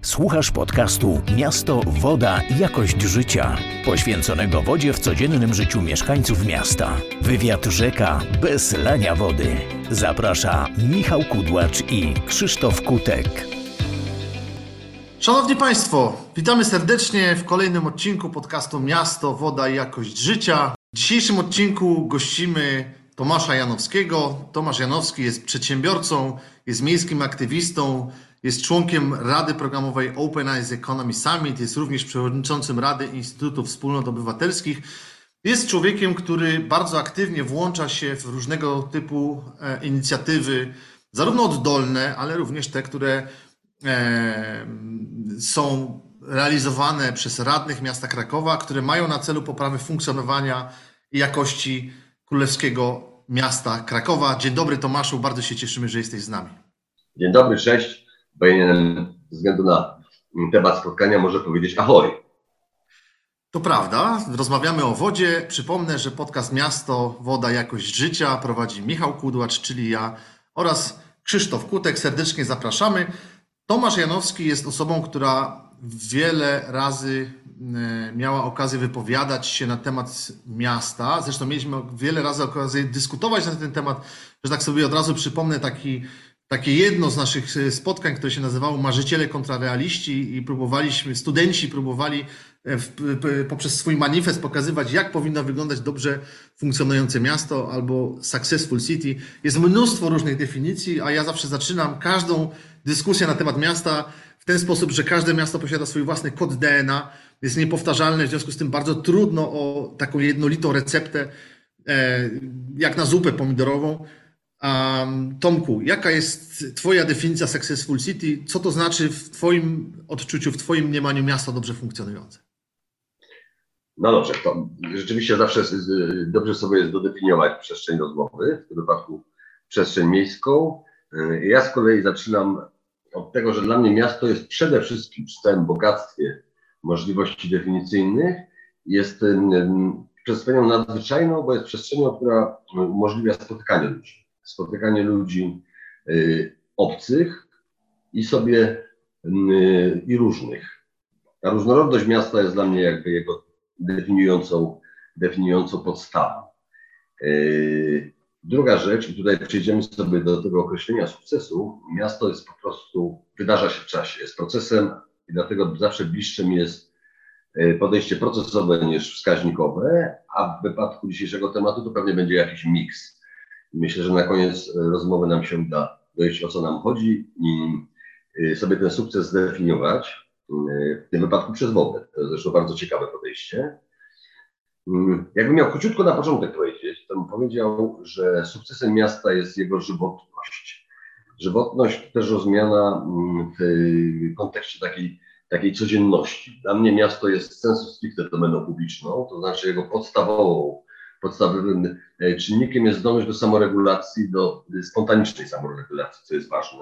Słuchasz podcastu Miasto, Woda, Jakość Życia, poświęconego wodzie w codziennym życiu mieszkańców miasta. Wywiad rzeka bez lania wody. Zaprasza Michał Kudłacz i Krzysztof Kutek. Szanowni Państwo, witamy serdecznie w kolejnym odcinku podcastu Miasto, Woda i Jakość Życia. W dzisiejszym odcinku gościmy Tomasza Janowskiego. Tomasz Janowski jest przedsiębiorcą, jest miejskim aktywistą, jest członkiem Rady Programowej Open Eyes Economy Summit, jest również przewodniczącym Rady Instytutu Wspólnot Obywatelskich. Jest człowiekiem, który bardzo aktywnie włącza się w różnego typu inicjatywy, zarówno oddolne, ale również te, które są realizowane przez radnych miasta Krakowa, które mają na celu poprawę funkcjonowania i jakości królewskiego miasta Krakowa. Dzień dobry, Tomaszu, bardzo się cieszymy, że jesteś z nami. Dzień dobry, cześć. Powinienem ze względu na temat spotkania może powiedzieć ahoj. To prawda, rozmawiamy o wodzie. Przypomnę, że podcast Miasto, Woda, Jakość Życia prowadzi Michał Kudłacz, czyli ja, oraz Krzysztof Kutek. Serdecznie zapraszamy. Tomasz Janowski jest osobą, która wiele razy miała okazję wypowiadać się na temat miasta. Zresztą mieliśmy wiele razy okazję dyskutować na ten temat, że tak sobie od razu przypomnę takie jedno z naszych spotkań, które się nazywało Marzyciele kontra realiści i studenci próbowali poprzez swój manifest pokazywać, jak powinno wyglądać dobrze funkcjonujące miasto albo successful city. Jest mnóstwo różnych definicji, a ja zawsze zaczynam każdą dyskusję na temat miasta w ten sposób, że każde miasto posiada swój własny kod DNA, jest niepowtarzalne, w związku z tym bardzo trudno o taką jednolitą receptę, jak na zupę pomidorową. Tomku, jaka jest Twoja definicja Successful City? Co to znaczy w Twoim odczuciu, w Twoim mniemaniu miasta dobrze funkcjonujące? No dobrze, to rzeczywiście zawsze dobrze sobie jest dodefiniować przestrzeń rozmowy, w tym wypadku przestrzeń miejską. Ja z kolei zaczynam od tego, że dla mnie miasto jest przede wszystkim przy całym bogactwie możliwości definicyjnych, jest przestrzenią nadzwyczajną, bo jest przestrzenią, która umożliwia spotykanie ludzi. Spotykanie ludzi obcych i sobie i różnych. Ta różnorodność miasta jest dla mnie jakby jego definiującą podstawą. Druga rzecz, i tutaj przejdziemy sobie do tego określenia sukcesu, miasto jest po prostu, wydarza się w czasie, jest procesem i dlatego zawsze bliższym jest podejście procesowe niż wskaźnikowe, a w wypadku dzisiejszego tematu to pewnie będzie jakiś miks. Myślę, że na koniec rozmowy nam się uda dojść, o co nam chodzi i sobie ten sukces zdefiniować, w tym wypadku przez wodę. To jest zresztą bardzo ciekawe podejście. Jakbym miał króciutko na początek powiedzieć, to bym powiedział, że sukcesem miasta jest jego żywotność. Żywotność też rozumiana w kontekście takiej codzienności. Dla mnie miasto jest sensu stricte domeną publiczną, to znaczy jego podstawowym czynnikiem jest zdolność do samoregulacji, do spontanicznej samoregulacji, co jest ważne.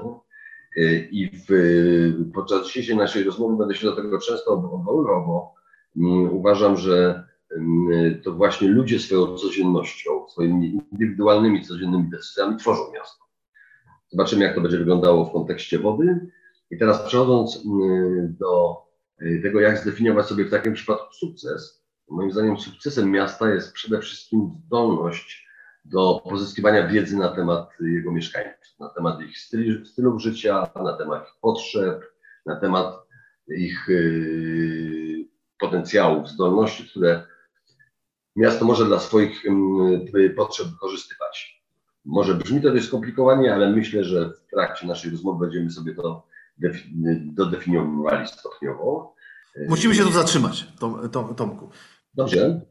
I podczas dzisiejszej naszej rozmowy będę się do tego często odwoływał, bo uważam, że to właśnie ludzie swoją codziennością, swoimi indywidualnymi codziennymi decyzjami tworzą miasto. Zobaczymy, jak to będzie wyglądało w kontekście wody. I teraz przechodząc do tego, jak zdefiniować sobie w takim przypadku sukces, moim zdaniem sukcesem miasta jest przede wszystkim zdolność do pozyskiwania wiedzy na temat jego mieszkańców, na temat ich stylów życia, na temat ich potrzeb, na temat ich potencjałów, zdolności, które miasto może dla swoich potrzeb wykorzystywać. Może brzmi to dość skomplikowanie, ale myślę, że w trakcie naszej rozmowy będziemy sobie to dodefiniowali stopniowo. Musimy się tu zatrzymać, Tomku. Dobrze.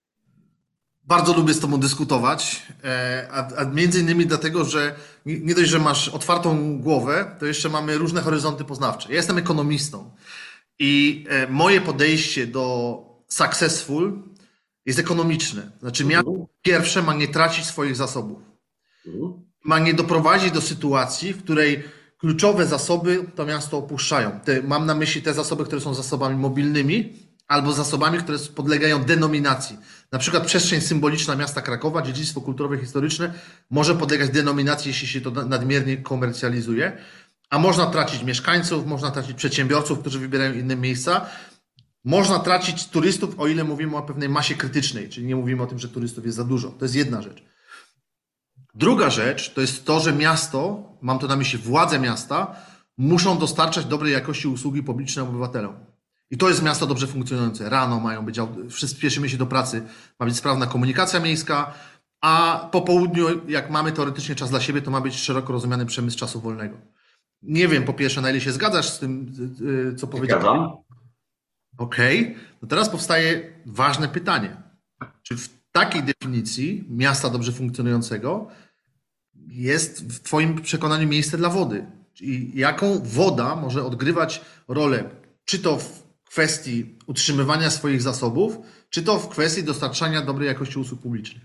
Bardzo lubię z Tobą dyskutować, a między innymi dlatego, że nie dość, że masz otwartą głowę, to jeszcze mamy różne horyzonty poznawcze. Ja jestem ekonomistą i moje podejście do successful jest ekonomiczne. Znaczy miasto pierwsze ma nie tracić swoich zasobów. Ma nie doprowadzić do sytuacji, w której kluczowe zasoby to miasto opuszczają. Mam na myśli te zasoby, które są zasobami mobilnymi albo zasobami, które podlegają denominacji. Na przykład przestrzeń symboliczna miasta Krakowa, dziedzictwo kulturowe, historyczne może podlegać denominacji, jeśli się to nadmiernie komercjalizuje. A można tracić mieszkańców, można tracić przedsiębiorców, którzy wybierają inne miejsca. Można tracić turystów, o ile mówimy o pewnej masie krytycznej, czyli nie mówimy o tym, że turystów jest za dużo. To jest jedna rzecz. Druga rzecz to jest to, że miasto, mam tu na myśli władze miasta, muszą dostarczać dobrej jakości usługi publiczne obywatelom. I to jest miasto dobrze funkcjonujące. Rano mają być, wszyscy spieszymy się do pracy, ma być sprawna komunikacja miejska, a po południu, jak mamy teoretycznie czas dla siebie, to ma być szeroko rozumiany przemysł czasu wolnego. Nie wiem, po pierwsze, na ile się zgadzasz z tym, co powiedziałem. Zgadzam. Okej. No teraz powstaje ważne pytanie. Czy w takiej definicji miasta dobrze funkcjonującego jest w Twoim przekonaniu miejsce dla wody? I jaką woda może odgrywać rolę, czy to w kwestii utrzymywania swoich zasobów, czy to w kwestii dostarczania dobrej jakości usług publicznych?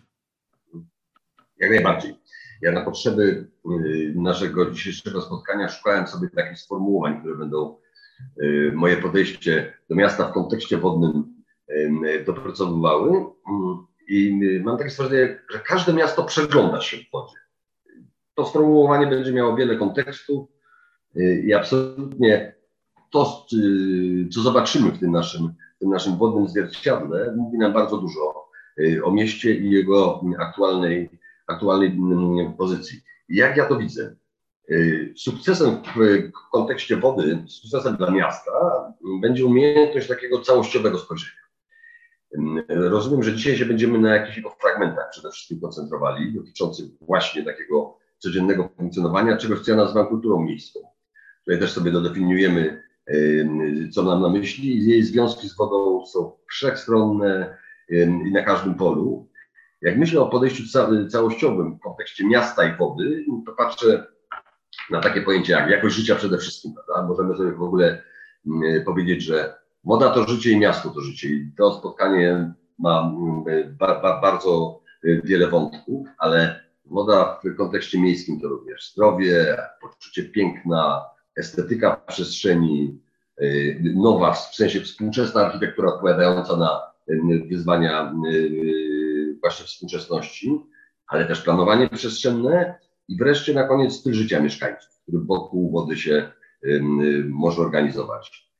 Jak najbardziej. Ja na potrzeby naszego dzisiejszego spotkania szukałem sobie takich sformułowań, które będą moje podejście do miasta w kontekście wodnym doprecyzowywały. I mam takie wrażenie, że każde miasto przegląda się w wodzie. To sformułowanie będzie miało wiele kontekstów i absolutnie to, co zobaczymy w tym naszym wodnym zwierciadle, mówi nam bardzo dużo o mieście i jego aktualnej pozycji. Jak ja to widzę? Sukcesem w kontekście wody, sukcesem dla miasta będzie umiejętność takiego całościowego spojrzenia. Rozumiem, że dzisiaj się będziemy na jakichś jego fragmentach przede wszystkim koncentrowali, dotyczących właśnie takiego codziennego funkcjonowania, czegoś, co ja nazywam kulturą miejską. Tutaj też sobie dodefiniujemy, co mam na myśli. Jej związki z wodą są wszechstronne i na każdym polu. Jak myślę o podejściu całościowym w kontekście miasta i wody, to patrzę na takie pojęcie jak jakość życia przede wszystkim. Prawda? Możemy sobie w ogóle powiedzieć, że woda to życie i miasto to życie. I to spotkanie ma bardzo wiele wątków, ale woda w kontekście miejskim to również zdrowie, poczucie piękna, estetyka przestrzeni, nowa, w sensie współczesna architektura odpowiadająca na wyzwania właśnie współczesności, ale też planowanie przestrzenne i wreszcie na koniec styl życia mieszkańców, który wokół wody się może organizować.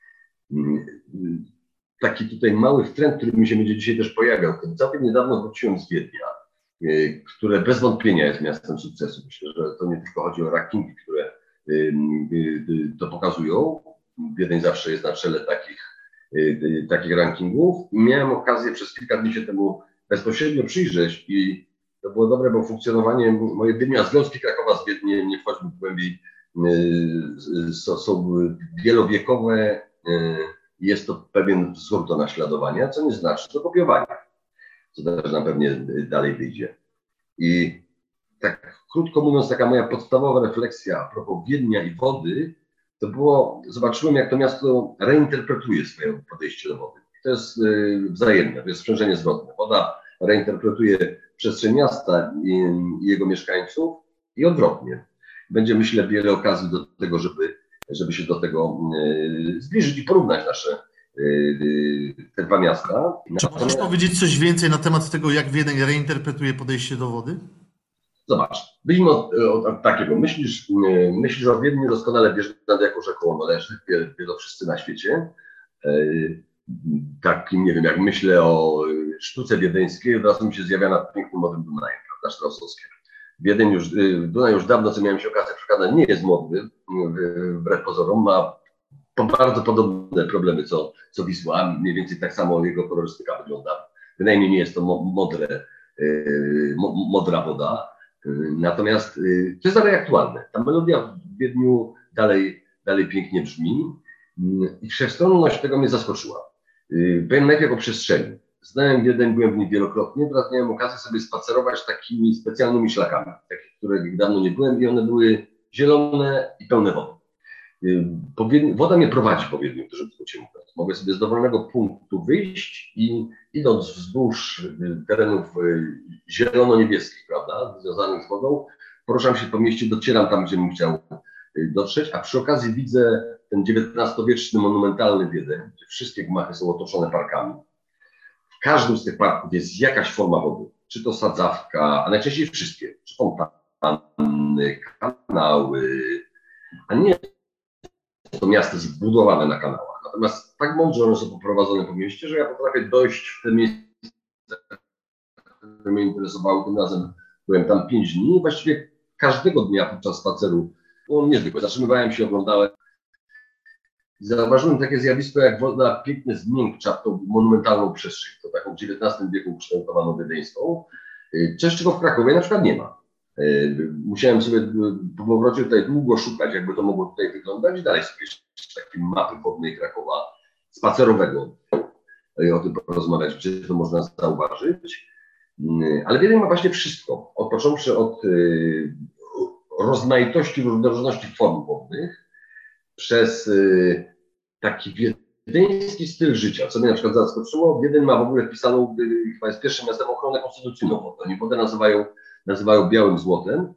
Taki tutaj mały trend, który mi się będzie dzisiaj też pojawiał. Całkiem niedawno wróciłem z Wiednia, które bez wątpienia jest miastem sukcesu. Myślę, że to nie tylko chodzi o rankingi, które to pokazują. Wiedeń zawsze jest na czele takich rankingów. I miałem okazję przez kilka dni się temu bezpośrednio przyjrzeć i to było dobre, bo funkcjonowanie moje Wiednia, Związki Krakowa z Wiedniem, nie wchodźmy głębiej, są wielowiekowe. Jest to pewien wzór do naśladowania, co nie znaczy do kopiowania, co też nam pewnie dalej wyjdzie. I tak krótko mówiąc, taka moja podstawowa refleksja a propos Wiednia i wody, to było, zobaczyłem, jak to miasto reinterpretuje swoje podejście do wody. To jest wzajemne, to jest sprzężenie zwrotne. Woda reinterpretuje przestrzeń miasta i jego mieszkańców i odwrotnie. Będzie, myślę, wiele okazji do tego, żeby się do tego zbliżyć i porównać te dwa miasta. Czy możesz powiedzieć coś więcej na temat tego, jak Wiedeń reinterpretuje podejście do wody? Zobacz, wyjdźmy od takiego. Myślisz o Wiedniu, doskonale wiesz, nad jaką rzeką ono leży, wiedzą wszyscy na świecie. Takim, nie wiem, jak myślę o sztuce wiedeńskiej, od razu mi się zjawia nad pięknym modrym Dunajem, prawda, Straussowskie. Dunaj już dawno, co miałem się okazję przekazać, nie jest modry, wbrew pozorom, ma bardzo podobne problemy co Wisła, mniej więcej tak samo jego kolorystyka wygląda. Bynajmniej nie jest to modra woda, natomiast to jest dalej aktualne. Ta melodia w Wiedniu dalej pięknie brzmi i wszechstronność tego mnie zaskoczyła. Powiem najpierw o przestrzeni. Znałem Wiedeń, byłem w niej wielokrotnie, teraz miałem okazję sobie spacerować takimi specjalnymi szlakami, takich, których dawno nie byłem i one były zielone i pełne wody. Woda mnie prowadzi po Wiedniu, żeby cię mówiąc. Mogę sobie z dowolnego punktu wyjść i idąc wzdłuż terenów zielono-niebieskich, prawda, związanych z wodą, poruszam się po mieście, docieram tam, gdzie bym chciał dotrzeć, a przy okazji widzę ten XIX-wieczny, monumentalny Wiedeń, gdzie wszystkie gmachy są otoczone parkami. W każdym z tych parków jest jakaś forma wody, czy to sadzawka, a najczęściej wszystkie, czy fontanny, kanały, a nie jest to miasto zbudowane na kanałach. Natomiast tak mądrze one są poprowadzone po mieście, że ja potrafię dojść w te miejsce, które mnie interesowały. Tym razem byłem tam 5 dni i właściwie każdego dnia podczas spaceru, było niezwykłe. Zatrzymywałem się, oglądałem. Zauważyłem takie zjawisko, jak woda pięknie zmiękcza tą monumentalną przestrzeń, to taką w XIX wieku ukształtowaną wiedeńską, coś czego w Krakowie na przykład nie ma. Musiałem sobie po powrocie tutaj długo szukać, jakby to mogło tutaj wyglądać i dalej sobie jeszcze takiej mapy wodnej Krakowa spacerowego o tym porozmawiać, gdzie to można zauważyć. Ale Wiedeń ma właśnie wszystko, począwszy od rozmaitości, różnorodności form wodnych, przez taki wiedeński styl życia, co mnie na przykład zaskoczyło. Wiedeń ma w ogóle wpisaną, chyba jest pierwszym miastem ochronę konstytucyjną. Oni wodę nazywają białym złotem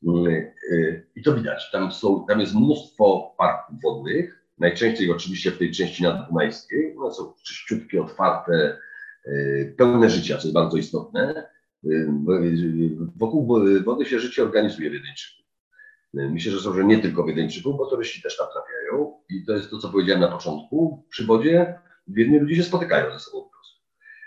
i to widać. Tam jest mnóstwo parków wodnych, najczęściej oczywiście w tej części naddunajskiej. One są czyściutkie, otwarte, pełne życia, co jest bardzo istotne. Wokół wody się życie organizuje Wiedeńczyków. Myślę, że nie tylko Wiedeńczyków, bo turyści też tam trafiają. I to jest to, co powiedziałem na początku. Przy wodzie w Wiedniu ludzie się spotykają ze sobą po prostu.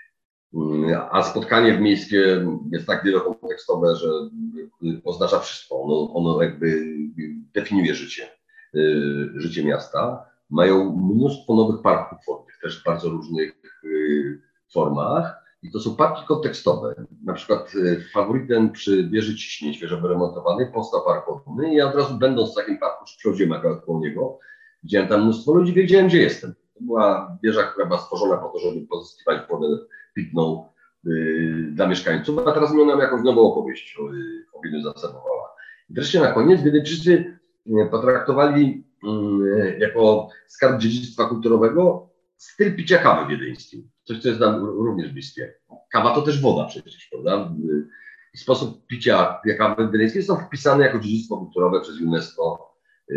A spotkanie miejskie jest tak wielokontekstowe, że oznacza wszystko. Ono jakby definiuje życie miasta. Mają mnóstwo nowych parków wodnych, też w bardzo różnych formach. I to są parki kontekstowe. Na przykład faworytem przy wieży Ciśnie, świeżo wyremontowanej, powstał park wodny. I ja od razu będąc w takim parku, czy przechodziłem akurat koło niego, widziałem tam mnóstwo ludzi, wiedziałem, gdzie jestem. To była wieża, która była stworzona po to, żeby pozyskiwać wodę pitną dla mieszkańców, a teraz miała nam jakąś nową opowieść o Wiedniu zaserwowała. I wreszcie na koniec Wiedeńczycy potraktowali jako skarb dziedzictwa kulturowego styl picia kawy wiedeńskiej. Coś, co jest nam również bliskie. Kawa to też woda przecież, prawda? I sposób picia kawy wiedeńskiej są wpisane jako dziedzictwo kulturowe przez UNESCO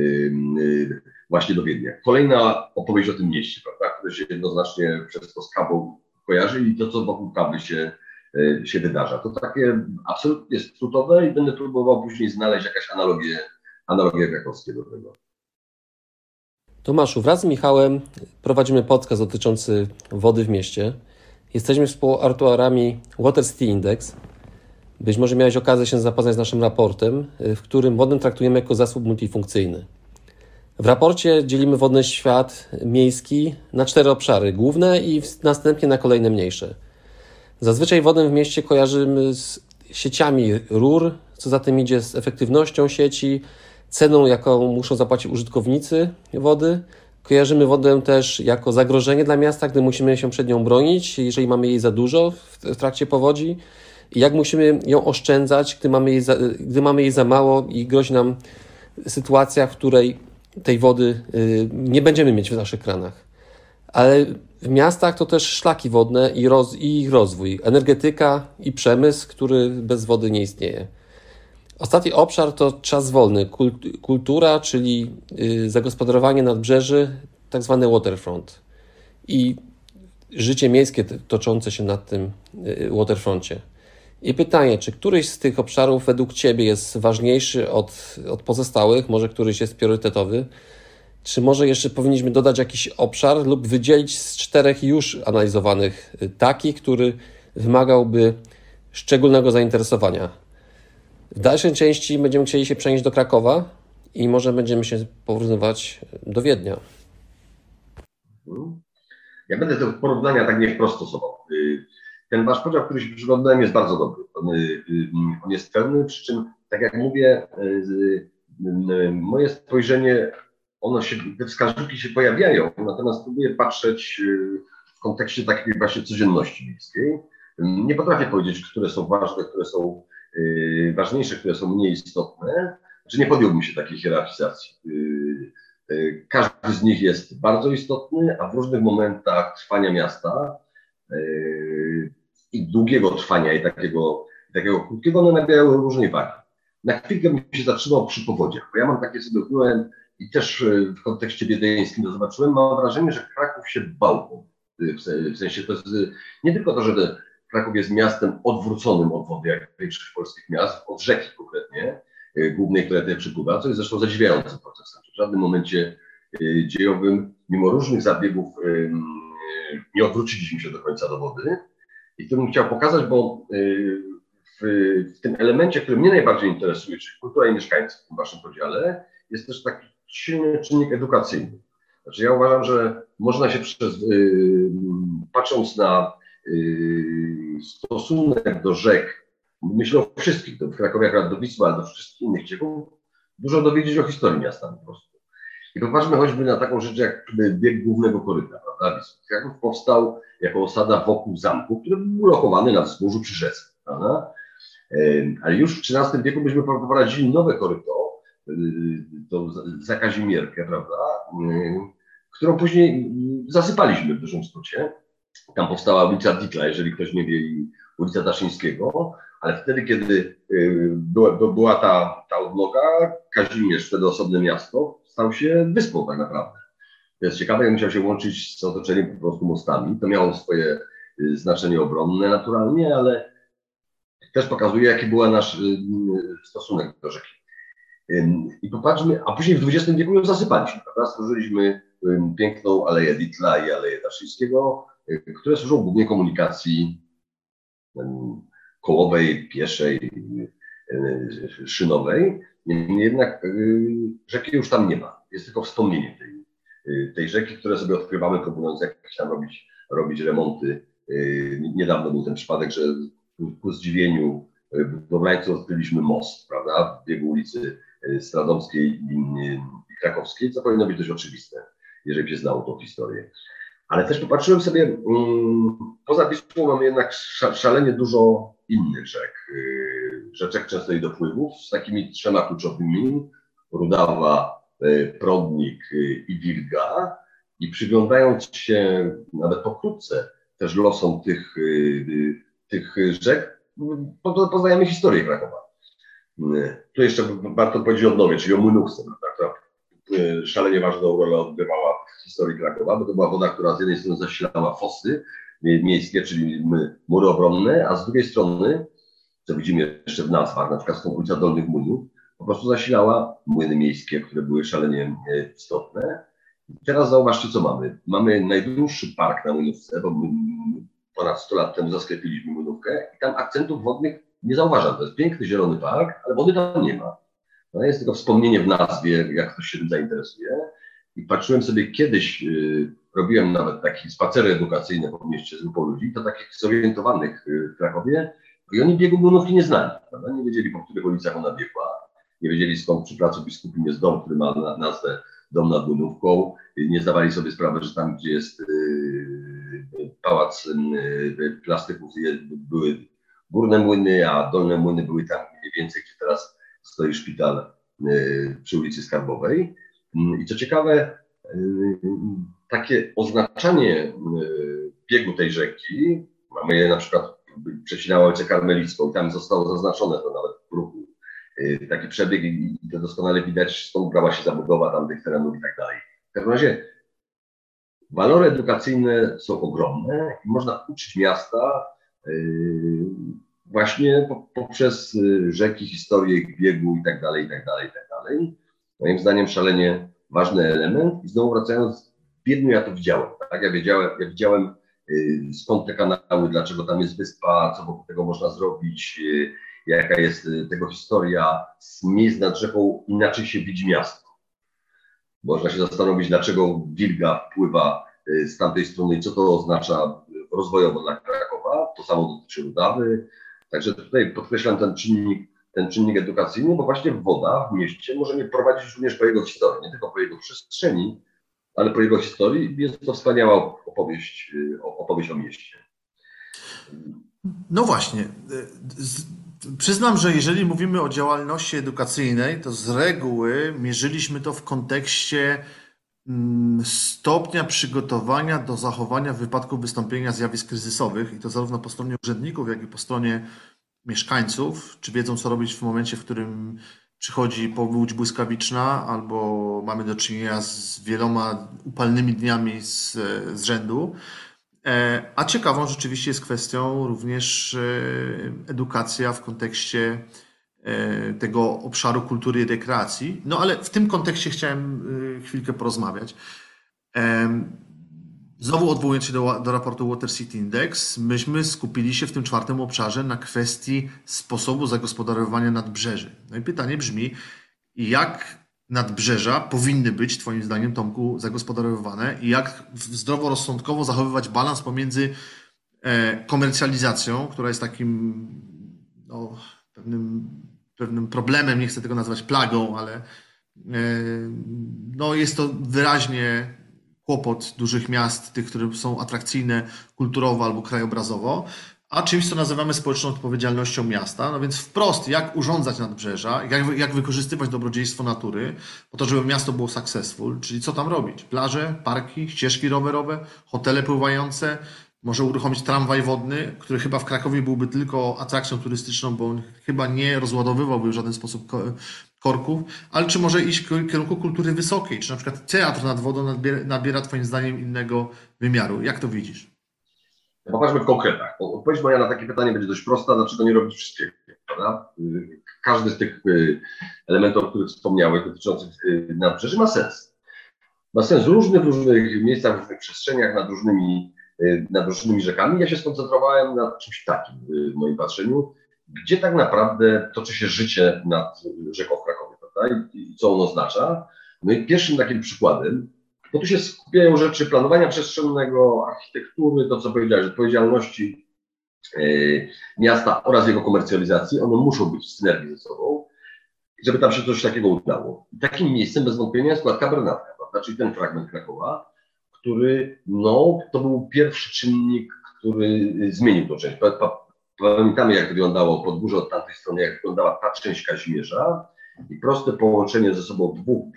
właśnie do Wiednia. Kolejna opowieść o tym mieście, prawda? Które się jednoznacznie przez to z kawą kojarzy i to, co wokół kawy się wydarza. To takie absolutnie skrótowe i będę próbował później znaleźć jakieś analogie krakowskie do tego. Tomaszu, wraz z Michałem prowadzimy podcast dotyczący wody w mieście. Jesteśmy współautorami Water City Index. Być może miałeś okazję się zapoznać z naszym raportem, w którym wodę traktujemy jako zasób multifunkcyjny. W raporcie dzielimy wodny świat miejski na 4 obszary główne i następnie na kolejne mniejsze. Zazwyczaj wodę w mieście kojarzymy z sieciami rur, co za tym idzie z efektywnością sieci, ceną, jaką muszą zapłacić użytkownicy wody. Kojarzymy wodę też jako zagrożenie dla miasta, gdy musimy się przed nią bronić, jeżeli mamy jej za dużo w trakcie powodzi. I jak musimy ją oszczędzać, gdy mamy jej za mało i grozi nam sytuacja, w której tej wody nie będziemy mieć w naszych kranach. Ale w miastach to też szlaki wodne i ich rozwój, energetyka i przemysł, który bez wody nie istnieje. Ostatni obszar to czas wolny, kultura, czyli zagospodarowanie nadbrzeży, tak zwany waterfront i życie miejskie toczące się na tym waterfroncie. I pytanie, czy któryś z tych obszarów według Ciebie jest ważniejszy od pozostałych, może któryś jest priorytetowy, czy może jeszcze powinniśmy dodać jakiś obszar lub wydzielić z 4 już analizowanych taki, który wymagałby szczególnego zainteresowania? W dalszej części będziemy chcieli się przenieść do Krakowa i może będziemy się porównywać do Wiednia. Ja będę te porównania tak nie wprost stosował. Ten wasz podział, który się przyglądałem, jest bardzo dobry. On jest pełny, przy czym, tak jak mówię, moje spojrzenie, te wskaźniki się pojawiają, natomiast próbuję patrzeć w kontekście takiej właśnie codzienności miejskiej. Nie potrafię powiedzieć, które są ważne, które są ważniejsze, które są mniej istotne, że nie podjąłbym się takiej hierarchizacji. Każdy z nich jest bardzo istotny, a w różnych momentach trwania miasta i długiego trwania i takiego krótkiego, one nabierały różnej wagi. Na chwilkę bym się zatrzymał przy powodziach, bo ja mam takie sobie byłem i też w kontekście wiedeńskim to zobaczyłem, mam wrażenie, że Kraków się bał. W sensie to jest nie tylko to, że Kraków jest miastem odwróconym od wody, jak większość polskich miast, od rzeki konkretnie, głównej, która tutaj przypływa, co jest zresztą zadziwiającym procesem. W żadnym momencie dziejowym, mimo różnych zabiegów, nie odwróciliśmy się do końca do wody. I to bym chciał pokazać, bo w tym elemencie, który mnie najbardziej interesuje, czyli kultura i mieszkańcy w tym waszym podziale, jest też taki silny czynnik edukacyjny. Znaczy ja uważam, że można się patrząc na stosunek do rzek, myślę o wszystkich, do Krakowie akurat do Wisły, ale do wszystkich innych cieków, dużo dowiedzieć o historii miasta po prostu. I popatrzmy choćby na taką rzecz jak bieg głównego koryta, prawda? Kraków powstał jako osada wokół zamku, który był ulokowany na wzgórzu przy rzece, prawda? Ale już w XIII wieku myśmy poprowadzili nowe koryto, to za Kazimierkę, prawda? Którą później zasypaliśmy w dużym skrócie. Tam powstała ulica Ditla, jeżeli ktoś nie wie, i ulica Daszyńskiego, ale wtedy, kiedy była ta odnoga, Kazimierz, wtedy osobne miasto, stał się wyspą tak naprawdę. To jest ciekawe, jak musiał się łączyć z otoczeniem po prostu mostami. To miało swoje znaczenie obronne naturalnie, ale też pokazuje, jaki był nasz stosunek do rzeki. I popatrzmy, a później w XX wieku ją zasypaliśmy, prawda? Stworzyliśmy piękną Aleję Ditla i Aleję Daszyńskiego, które służą głównie komunikacji kołowej, pieszej, szynowej. Niemniej jednak rzeki już tam nie ma. Jest tylko wspomnienie tej rzeki, które sobie odkrywamy, próbując jakieś tam robić remonty. Niedawno był ten przypadek, że ku zdziwieniu budowlańców odkryliśmy most, prawda, w biegu ulicy Stradomskiej i Krakowskiej, co powinno być dość oczywiste, jeżeli się znało tą historię. Ale też popatrzyłem sobie, poza Wisłą mamy jednak szalenie dużo innych rzek. Rzeczek często i dopływów z takimi trzema kluczowymi: Rudawa, Prodnik i Wilga. I przyglądając się nawet pokrótce też losom tych rzek, poznajemy historię Krakowa. Tu jeszcze warto powiedzieć o Odnowie, czyli o Młynówce, która szalenie ważną rolę odgrywała w historii Krakowa, bo to była woda, która z jednej strony zasilała fosy miejskie, czyli mury obronne, a z drugiej strony, co widzimy jeszcze w nazwach, na przykład ulica Dolnych Młynów, po prostu zasilała młyny miejskie, które były szalenie istotne. I teraz zauważcie, co mamy. Mamy najdłuższy park na Młynówce, bo ponad 100 lat temu zasklepiliśmy Młynówkę i tam akcentów wodnych nie zauważam. To jest piękny, zielony park, ale wody tam nie ma. No jest tylko wspomnienie w nazwie, jak ktoś się tym zainteresuje. I patrzyłem sobie kiedyś, robiłem nawet takie spacery edukacyjne po mieście z grupą ludzi, to takich zorientowanych w Krakowie, i oni biegu Młynówki nie znali, prawda? Nie wiedzieli, po których ulicach ona biegła, nie wiedzieli, skąd przy placu Biskupim jest dom, który ma nazwę Dom nad Młynówką, nie zdawali sobie sprawy, że tam, gdzie jest pałac plastyków, były górne młyny, a dolne młyny były tam mniej więcej, gdzie teraz stoi szpital przy ulicy Skarbowej. I co ciekawe, takie oznaczanie biegu tej rzeki, mamy je na przykład, przecinała ulicę Karmelicką i tam zostało zaznaczone to nawet w ruchu, taki przebieg i to doskonale widać, skąd brała się zabudowa tamtych terenów i tak dalej. W każdym razie walory edukacyjne są ogromne i można uczyć miasta właśnie poprzez rzeki, historię ich biegu i tak dalej, i tak dalej, i tak dalej. Moim zdaniem szalenie ważny element. I znowu wracając, w Wiedniu ja to widziałem. Tak? Ja widziałem skąd te kanały, dlaczego tam jest wyspa, co wokół tego można zrobić, jaka jest tego historia. Z miejsc nad rzeką inaczej się widzi miasto. Można się zastanowić, dlaczego Wilga wpływa z tamtej strony i co to oznacza rozwojowo dla Krakowa. To samo dotyczy Rudawy. Także tutaj podkreślam ten czynnik edukacyjny, bo właśnie woda w mieście może mnie prowadzić również po jego historii, nie tylko po jego przestrzeni, ale po jego historii. Jest to wspaniała opowieść o mieście. No właśnie. Przyznam, że jeżeli mówimy o działalności edukacyjnej, to z reguły mierzyliśmy to w kontekście stopnia przygotowania do zachowania w wypadku wystąpienia zjawisk kryzysowych, i to zarówno po stronie urzędników, jak i po stronie mieszkańców, czy wiedzą, co robić w momencie, w którym przychodzi powódź błyskawiczna, albo mamy do czynienia z wieloma upalnymi dniami z rzędu. A ciekawą rzeczywiście jest kwestią również edukacja w kontekście tego obszaru kultury i rekreacji. No ale w tym kontekście chciałem chwilkę porozmawiać. Znowu odwołując się do raportu Water City Index, myśmy skupili się w tym czwartym obszarze na kwestii sposobu zagospodarowania nadbrzeży. No i pytanie brzmi, jak nadbrzeża powinny być, Twoim zdaniem, Tomku, zagospodarowywane i jak zdroworozsądkowo zachowywać balans pomiędzy komercjalizacją, która jest takim pewnym problemem, nie chcę tego nazwać plagą, ale jest to wyraźnie kłopot dużych miast, tych, które są atrakcyjne kulturowo albo krajobrazowo, a czymś, co nazywamy społeczną odpowiedzialnością miasta. No więc wprost, jak urządzać nadbrzeża, jak wykorzystywać dobrodziejstwo natury po to, żeby miasto było successful, czyli co tam robić? Plaże, parki, ścieżki rowerowe, hotele pływające, może uruchomić tramwaj wodny, który chyba w Krakowie byłby tylko atrakcją turystyczną, bo on chyba nie rozładowywałby w żaden sposób korków, ale czy może iść w kierunku kultury wysokiej, czy na przykład teatr nad wodą nabiera Twoim zdaniem innego wymiaru? Jak to widzisz? Popatrzmy w konkretach. Odpowiedź moja na takie pytanie będzie dość prosta, dlaczego nie robić wszystkiego, prawda? Każdy z tych elementów, o których wspomniałeś, dotyczących nadbrzeży, ma sens. Ma sens w różnych miejscach, w różnych przestrzeniach, nad różnymi rzekami. Ja się skoncentrowałem na czymś takim w moim patrzeniu, gdzie tak naprawdę toczy się życie nad rzeką w Krakowie, prawda? I co ono oznacza. No i pierwszym takim przykładem, bo tu się skupiają rzeczy planowania przestrzennego, architektury, to co powiedziałeś, odpowiedzialności miasta oraz jego komercjalizacji. One muszą być w synergii ze sobą, żeby tam się coś takiego udało. I takim miejscem bez wątpienia jest składka Bernarka, prawda? Czyli ten fragment Krakowa, który, to był pierwszy czynnik, który zmienił tę część. Pamiętamy, jak wyglądało Podgórze od tamtej strony, jak wyglądała ta część Kazimierza i proste połączenie ze sobą dwóch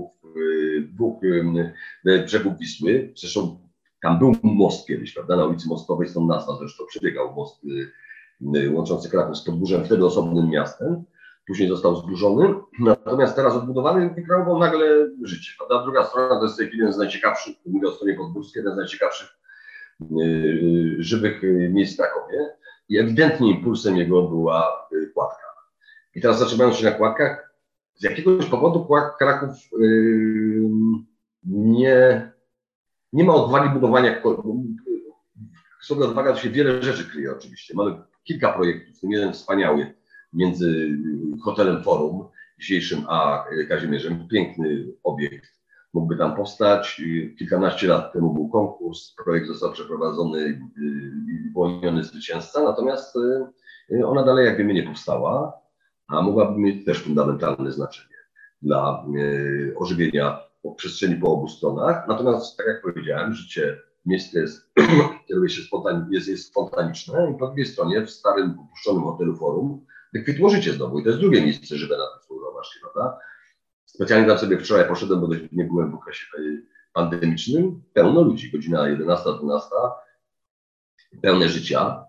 brzegów Wisły. Zresztą tam był most kiedyś, prawda, na ulicy Mostowej, stąd nazwa zresztą przebiegał most łączący Kraków z Podgórzem, wtedy osobnym miastem. Później został zburzony, natomiast teraz odbudowany wykreował nagle życie. Prawda? Druga strona to jest jeden z najciekawszych, mówię o stronie podgórskiej, jeden z najciekawszych żywych miejsc w Krakowie i ewidentnie impulsem jego była Kładka. I teraz zaczynając się na Kładkach, z jakiegoś powodu Kraków nie ma odwagi budowania. W sobie odwaga to się wiele rzeczy kryje oczywiście. Mamy kilka projektów, w tym jeden wspaniały, między hotelem Forum dzisiejszym a Kazimierzem. Piękny obiekt mógłby tam powstać. Kilkanaście lat temu był konkurs, projekt został przeprowadzony i wyłoniony zwycięzca, natomiast ona dalej, jak wiemy, nie powstała, a mogłaby mieć też fundamentalne znaczenie dla ożywienia przestrzeni po obu stronach. Natomiast, tak jak powiedziałem, życie miejsce jest spontaniczne i po drugiej stronie w starym, opuszczonym hotelu Forum wykwitło życie znowu i to jest drugie miejsce żywe na tym zauważcie, prawda? Specjalnie tam sobie wczoraj poszedłem, bo nie byłem w okresie pandemicznym, pełno ludzi, godzina 11-12, pełne życia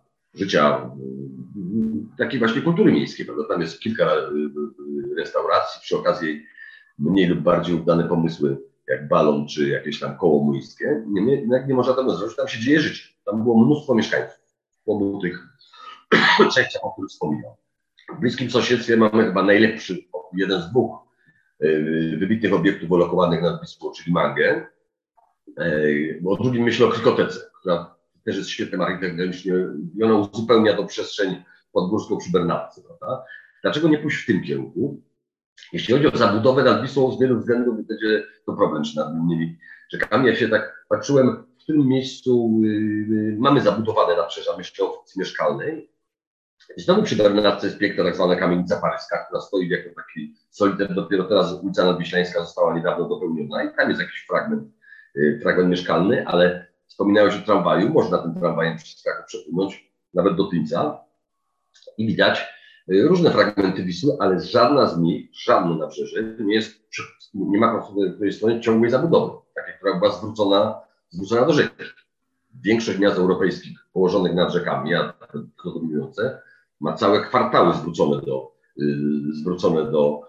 takiej właśnie kultury miejskiej, prawda? Tam jest kilka restauracji, przy okazji mniej lub bardziej udane pomysły, jak balon czy jakieś tam koło młyńskie. Nie można tego zrobić, tam się dzieje życie. Tam było mnóstwo mieszkańców w obu tych częściach, o których wspominam. W bliskim sąsiedztwie mamy chyba najlepszy, jeden z dwóch wybitnych obiektów ulokowanych nad Wisłą, czyli Mangę. O drugim myślę o Krikotece, która też jest świetnym architektonicznie i ona uzupełnia tą przestrzeń podgórską przy Bernatce, prawda? Dlaczego nie pójść w tym kierunku? Jeśli chodzi o zabudowę nad Wisłą, z wielu względów będzie to problem przy nadmiernymi rzekami. Ja się tak patrzyłem, w którym miejscu mamy zabudowane nabrzeża, myślę o funkcji mieszkalnej. I znowu przy Bernatce jest piękna tak zwana kamienica paryska, która stoi jako taki solidar. Dopiero teraz ulica Nadwiślańska została niedawno dopełniona i tam jest jakiś fragment mieszkalny, ale wspominałeś o tramwaju, można tym tramwajem przez Kraków przepłynąć, nawet do Tyńca i widać różne fragmenty Wisły, ale żadna z nich, żadne nabrzeże nie ma w tej stronie ciągłej zabudowy, takiej, która była zwrócona do rzeki. Większość miast europejskich położonych nad rzekami, a to dominujące, ma całe kwartały zwrócone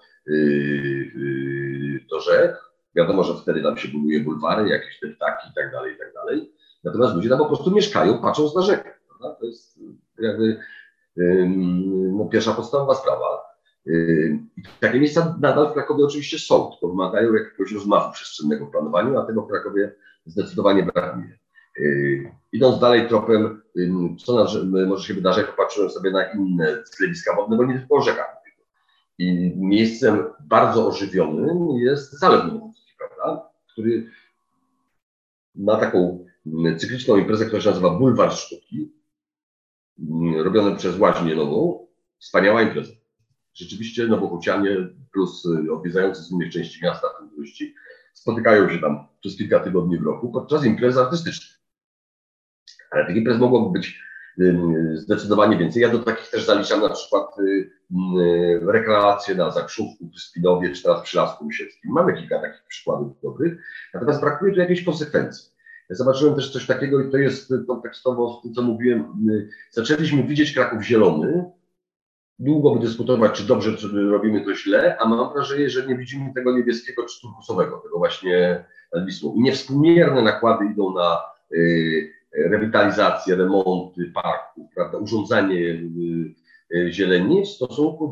do rzek. Wiadomo, że wtedy tam się buduje bulwary, jakieś te ptaki i tak dalej. Natomiast ludzie tam po prostu mieszkają, patrząc na rzekę. Prawda? To jest jakby pierwsza podstawowa sprawa. I takie miejsca nadal w Krakowie oczywiście są, tylko wymagają jakiegoś rozmachu przestrzennego w planowaniu, a tego w Krakowie zdecydowanie brakuje. Idąc dalej tropem, co może się wydarzyć, popatrzyłem sobie na inne sklepiska wodne, bo nie tylko o rzekach. I miejscem bardzo ożywionym jest Zalew Nowochódzki, prawda? Który ma taką cykliczną imprezę, która się nazywa Bulwar Sztuki, robiony przez Łaźnię Nową. Wspaniała impreza. Rzeczywiście nowochódzkianie plus odwiedzający z innych części miasta, w tym turyści, spotykają się tam przez kilka tygodni w roku podczas imprez artystycznych. Ale tych imprez mogłoby być zdecydowanie więcej. Ja do takich też zaliczam na przykład rekreacje na Zakrzówku, w Spinowie czy teraz przy Lasku Łysieckim. Mamy kilka takich przykładów dobrych, natomiast brakuje tu jakiejś konsekwencji. Ja zobaczyłem też coś takiego i to jest kontekstowo z tym, co mówiłem. Zaczęliśmy widzieć Kraków zielony. Długo by dyskutować, czy dobrze czy robimy to źle, a mam wrażenie, że nie widzimy tego niebieskiego czy turkusowego, tego właśnie nad Wisłą. I niewspółmierne nakłady idą na rewitalizację, remonty parków, prawda, urządzanie zieleni w stosunku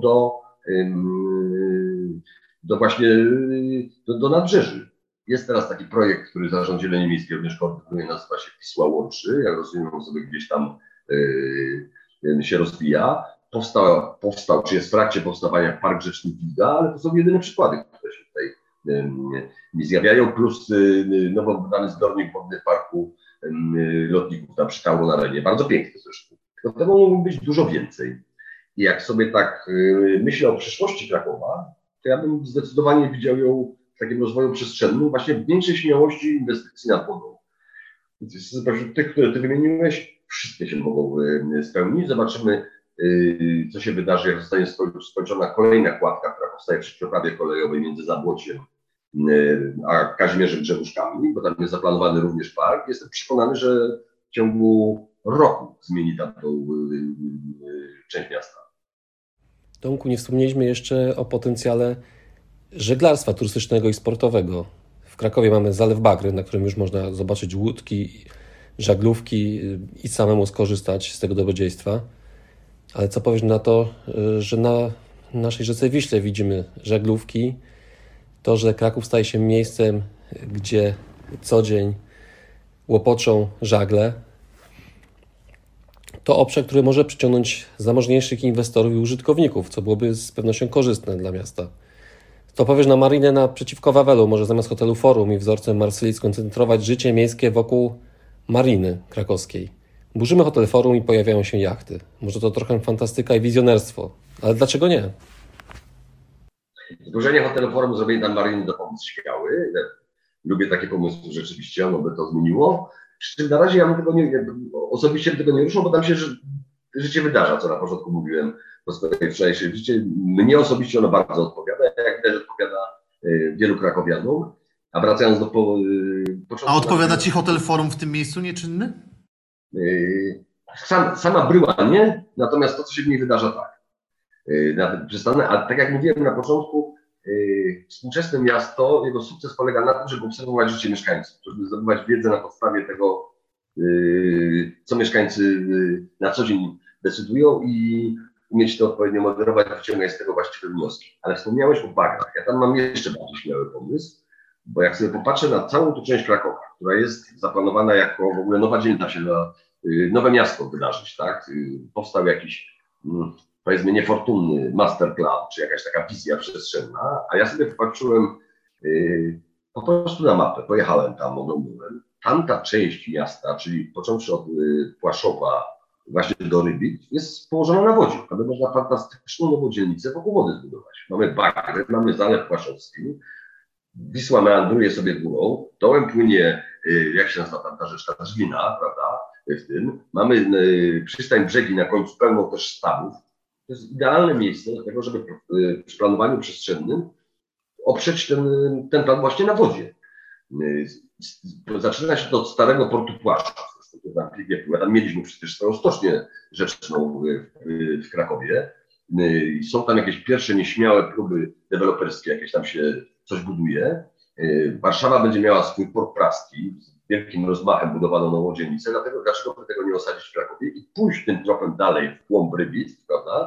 do nabrzeży. Jest teraz taki projekt, który Zarząd Zieleni Miejskiej również koordynuje, nazywa się Wisła Łączy. Jak rozumiem, on sobie gdzieś tam się rozwija. Powstał, czy jest w trakcie powstawania Park Rzeczny Wilga, ale to są jedyne przykłady, które się tutaj nie zjawiają, plus nowo wydany zbiornik wodny w Parku Lotników, tam przy Tauro na Renie. Bardzo piękny zresztą. Tylko tego mogło być dużo więcej. I jak sobie tak myślę o przyszłości Krakowa, to ja bym zdecydowanie widział ją w takim rozwoju przestrzennym, właśnie w większej śmiałości inwestycji nad wodą. Spośród tych, które ty wymieniłeś, wszystkie się mogą spełnić. Zobaczymy, co się wydarzy, jak zostanie skończona kolejna kładka, która powstaje przy przeprawie kolejowej między Zabłociem a Kazimierzem Drzewuszkami, bo tam jest zaplanowany również park. Jestem przekonany, że w ciągu roku zmieni tam tą część miasta. Tomku, nie wspomnieliśmy jeszcze o potencjale żeglarstwa turystycznego i sportowego. W Krakowie mamy Zalew Bagry, na którym już można zobaczyć łódki, żaglówki i samemu skorzystać z tego dobrodziejstwa. Ale co powiesz na to, że na naszej rzece Wiśle widzimy żaglówki, to, że Kraków staje się miejscem, gdzie co dzień łopoczą żagle, to obszar, który może przyciągnąć zamożniejszych inwestorów i użytkowników, co byłoby z pewnością korzystne dla miasta. To powiesz na marinę naprzeciwko Wawelu, może zamiast hotelu Forum i wzorcem Marsylii skoncentrować życie miejskie wokół mariny krakowskiej. Burzymy hotel Forum i pojawiają się jachty. Może to trochę fantastyka i wizjonerstwo, ale dlaczego nie? Zburzenie hotelu Forum, zrobienie tam mariny do pomysł śmiały. Lubię takie pomysły rzeczywiście, ono by to zmieniło. Przy czym na razie ja osobiście tego nie ruszam, bo tam się życie wydarza, co na początku mówiłem po swojej wczorajszej życie. Mnie osobiście ono bardzo odpowiada, jak widać odpowiada wielu krakowianom. A wracając do początku... A odpowiada Ci hotel Forum w tym miejscu nieczynny? Sama bryła nie, natomiast to, co się w niej wydarza, tak. Ale tak jak mówiłem na początku, współczesne miasto, jego sukces polega na tym, żeby obserwować życie mieszkańców, żeby zdobywać wiedzę na podstawie tego, co mieszkańcy na co dzień decydują i umieć to odpowiednio moderować, wyciągać z tego właściwe wnioski. Ale wspomniałeś o bagrach. Ja tam mam jeszcze bardziej śmiały pomysł, bo jak sobie popatrzę na całą tą część Krakowa, która jest zaplanowana jako w ogóle nowa dzielnica się na nowe miasto wydarzyć, tak? Powstał jakiś, powiedzmy, niefortunny masterplan, czy jakaś taka wizja przestrzenna, a ja sobie popatrzyłem po prostu na mapę, pojechałem tam, oglądałem. Tamta część miasta, czyli począwszy od Płaszowa właśnie do Rybit, jest położona na wodzie. Tam można fantastyczną nową dzielnicę wokół wody zbudować. Mamy Bagry, mamy Zalew Płaszowski, Wisła meandruje sobie górą, dołem płynie, jak się nazywa tam ta rzeczka, Żlina, prawda, w tym. Mamy przystań Brzegi na końcu pełną też stawów. To jest idealne miejsce do tego, żeby przy planowaniu przestrzennym oprzeć ten plan właśnie na wodzie. Zaczyna się to od starego portu Płaszcza. Tam mieliśmy przecież swoją stocznię rzeczną w Krakowie. Są tam jakieś pierwsze nieśmiałe próby deweloperskie, jakieś tam się coś buduje. Warszawa będzie miała swój port praski, z wielkim rozmachem budowaną nową dzielnicę, dlatego dlaczego by tego nie osadzić w Krakowie i pójść tym tropem dalej w głąb Rybit, prawda?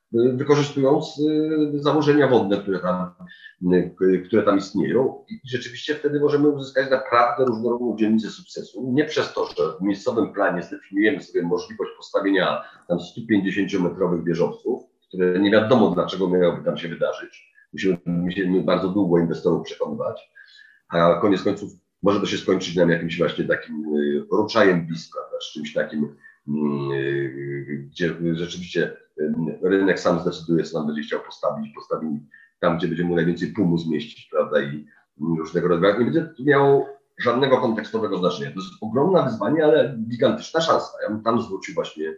wykorzystując założenia wodne, które tam istnieją i rzeczywiście wtedy możemy uzyskać naprawdę różnorodną dzielnicę sukcesu. Nie przez to, że w miejscowym planie zdefiniujemy sobie możliwość postawienia tam 150-metrowych wieżowców, które nie wiadomo dlaczego miałoby tam się wydarzyć. Musimy bardzo długo inwestorów przekonywać, a koniec końców może to się skończyć nam jakimś właśnie takim ruczajem blisko, z czymś takim, gdzie rzeczywiście rynek sam zdecyduje, co nam będzie chciał postawi tam, gdzie będzie mu najwięcej tłumu zmieścić, prawda, i różnego rodzaju. Nie będzie to miało żadnego kontekstowego znaczenia. To jest ogromne wyzwanie, ale gigantyczna szansa. Ja bym tam zwrócił właśnie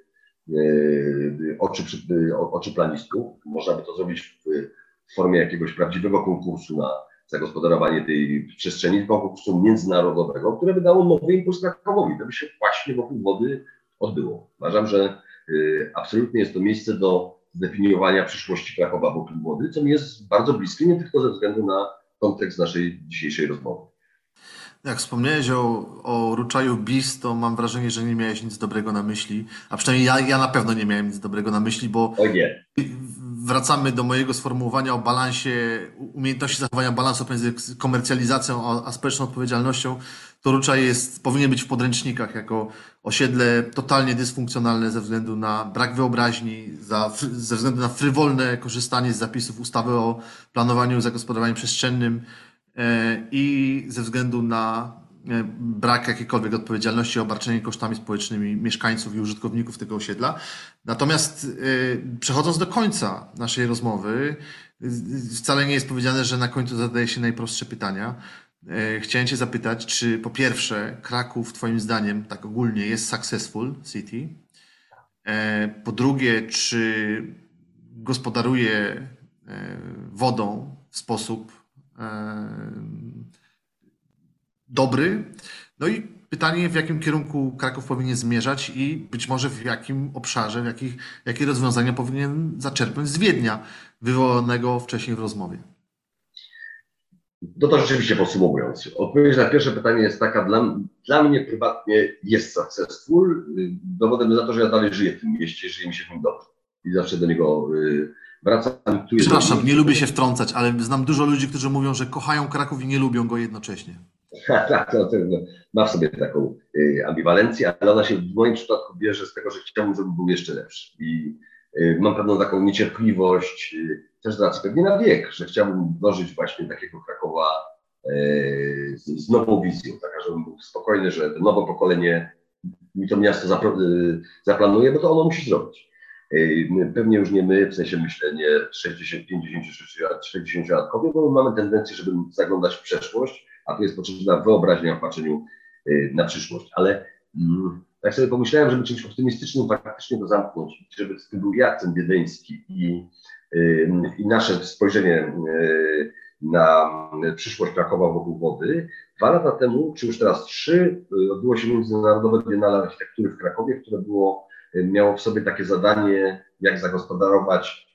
oczy planistów. Można by to zrobić w formie jakiegoś prawdziwego konkursu na zagospodarowanie tej przestrzeni, konkursu międzynarodowego, które wydało nowy impuls Krakowowi. To by się właśnie wokół wody odbyło. Uważam, że absolutnie jest to miejsce do zdefiniowania przyszłości Krakowa wokół wody, co mi jest bardzo bliskie, nie tylko ze względu na kontekst naszej dzisiejszej rozmowy. Jak wspomniałeś o ruczaju BIS, to mam wrażenie, że nie miałeś nic dobrego na myśli, a przynajmniej ja na pewno nie miałem nic dobrego na myśli, bo wracamy do mojego sformułowania o balansie, umiejętności zachowania balansu pomiędzy komercjalizacją a społeczną odpowiedzialnością. To ruczaj powinien być w podręcznikach jako osiedle totalnie dysfunkcjonalne ze względu na brak wyobraźni, ze względu na frywolne korzystanie z zapisów ustawy o planowaniu i zagospodarowaniu przestrzennym i ze względu na brak jakiejkolwiek odpowiedzialności, obarczenie kosztami społecznymi mieszkańców i użytkowników tego osiedla. Natomiast przechodząc do końca naszej rozmowy, wcale nie jest powiedziane, że na końcu zadaje się najprostsze pytania. Chciałem Cię zapytać, czy po pierwsze Kraków Twoim zdaniem tak ogólnie jest successful city? Po drugie, czy gospodaruje wodą w sposób dobry? No i pytanie, w jakim kierunku Kraków powinien zmierzać i być może w jakim obszarze, jakie rozwiązania powinien zaczerpnąć z Wiednia, wywołanego wcześniej w rozmowie. No to rzeczywiście podsumowując, odpowiedź na pierwsze pytanie jest taka, dla mnie prywatnie jest successful, dowodem na to, że ja dalej żyję w tym mieście, żyje mi się w nim dobrze i zawsze do niego wracam. Przepraszam, nie lubię się wtrącać, ale znam dużo ludzi, którzy mówią, że kochają Kraków i nie lubią go jednocześnie. Tak, to ma w sobie taką ambiwalencję, ale ona się w moim przypadku bierze z tego, że chciałbym, żeby był jeszcze lepszy. I mam pewną taką niecierpliwość, też z racji pewnie na wiek, że chciałbym dożyć właśnie takiego Krakowa z nową wizją, taka, żebym był spokojny, że to nowe pokolenie mi to miasto zaplanuje, bo to ono musi zrobić. Pewnie już nie my, w sensie myślenie 60, 50, 60-latkowie, bo mamy tendencję, żeby zaglądać w przeszłość, a tu jest potrzebna wyobraźnia w patrzeniu na przyszłość. Ale tak sobie pomyślałem, żeby czymś optymistycznym faktycznie to zamknąć, żeby to był i akcent wiedeński i nasze spojrzenie na przyszłość Krakowa wokół wody. 2 lata temu, czy już teraz 3, odbyło się Międzynarodowe Biennale Architektury w Krakowie, które miało w sobie takie zadanie, jak zagospodarować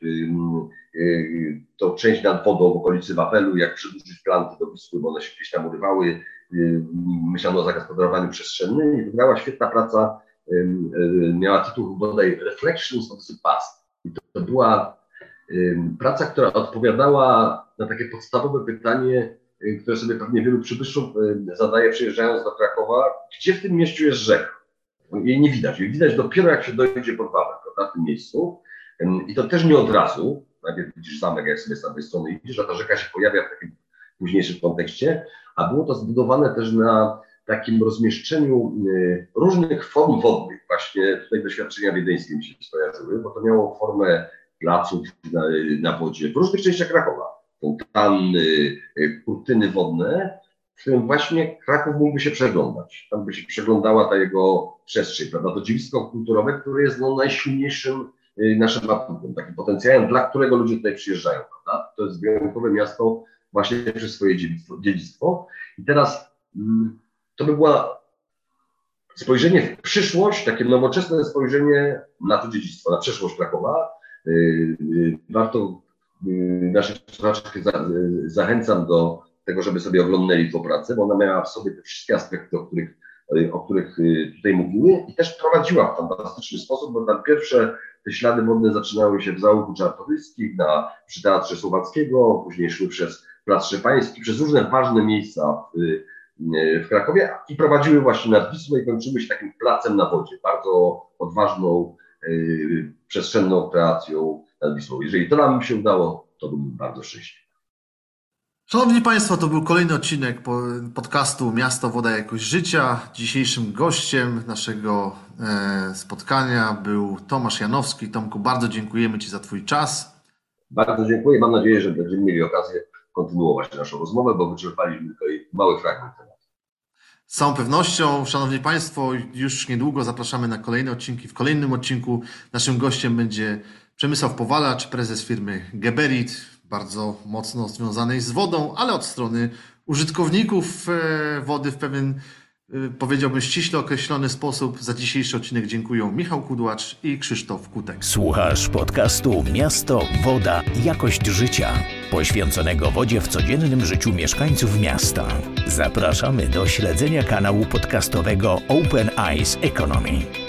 tą część nad wodą w okolicy Wawelu, jak przedłużyć planty do Wisły, bo one się gdzieś tam urywały. Myślano o zagospodarowaniu przestrzennym i wygrała świetna praca, miała tytuł bodaj Reflections of the Past. I to była praca, która odpowiadała na takie podstawowe pytanie, które sobie pewnie wielu przybyszów zadaje, przyjeżdżając do Krakowa, gdzie w tym mieście jest rzeka? Jej nie widać. Jej widać dopiero jak się dojdzie pod Wawel, prawda, w tym miejscu. I to też nie od razu. Najpierw widzisz zamek, jak sobie z tamtej strony idziesz, a ta rzeka się pojawia w takim późniejszym kontekście, a było to zbudowane też na takim rozmieszczeniu różnych form wodnych. Właśnie tutaj doświadczenia wiedeńskie mi się skojarzyły, bo to miało formę placów na wodzie w różnych częściach Krakowa. Fontanny, kurtyny wodne, w którym właśnie Kraków mógłby się przeglądać. Tam by się przeglądała ta jego przestrzeń, prawda? To dziedzictwo kulturowe, które jest najsilniejszym naszym atutem, takim potencjałem, dla którego ludzie tutaj przyjeżdżają, prawda? To jest wyjątkowe miasto właśnie przez swoje dziedzictwo. I teraz to by było spojrzenie w przyszłość, takie nowoczesne spojrzenie na to dziedzictwo, na przeszłość Krakowa. Warto naszych słuchaczy zachęcam do tego, żeby sobie oglądnęli tę pracę, bo ona miała w sobie te wszystkie aspekty, o których o których tutaj mówimy, i też prowadziła w fantastyczny sposób, bo tam pierwsze te ślady wodne zaczynały się w zaułku Czartoryskich, przy Teatrze Słowackiego, później szły przez Plac Szczepański, przez różne ważne miejsca w Krakowie i prowadziły właśnie nad Wisłą i kończyły się takim placem na wodzie, bardzo odważną, przestrzenną kreacją nad Wisłą. Jeżeli to nam się udało, to byłbym bardzo szczęśliwy. Szanowni Państwo, to był kolejny odcinek podcastu Miasto, Woda, Jakość Życia. Dzisiejszym gościem naszego spotkania był Tomasz Janowski. Tomku, bardzo dziękujemy Ci za Twój czas. Bardzo dziękuję. Mam nadzieję, że będziemy mieli okazję kontynuować naszą rozmowę, bo wyczerpaliśmy tutaj mały fragment tematu. Z całą pewnością, Szanowni Państwo, już niedługo zapraszamy na kolejne odcinki. W kolejnym odcinku naszym gościem będzie Przemysław Powalacz, prezes firmy Geberit, bardzo mocno związanej z wodą, ale od strony użytkowników wody w pewien, powiedziałbym, ściśle określony sposób. Za dzisiejszy odcinek dziękuję Michał Kudłacz i Krzysztof Kutek. Słuchasz podcastu Miasto, Woda, Jakość Życia, poświęconego wodzie w codziennym życiu mieszkańców miasta. Zapraszamy do śledzenia kanału podcastowego Open Eyes Economy.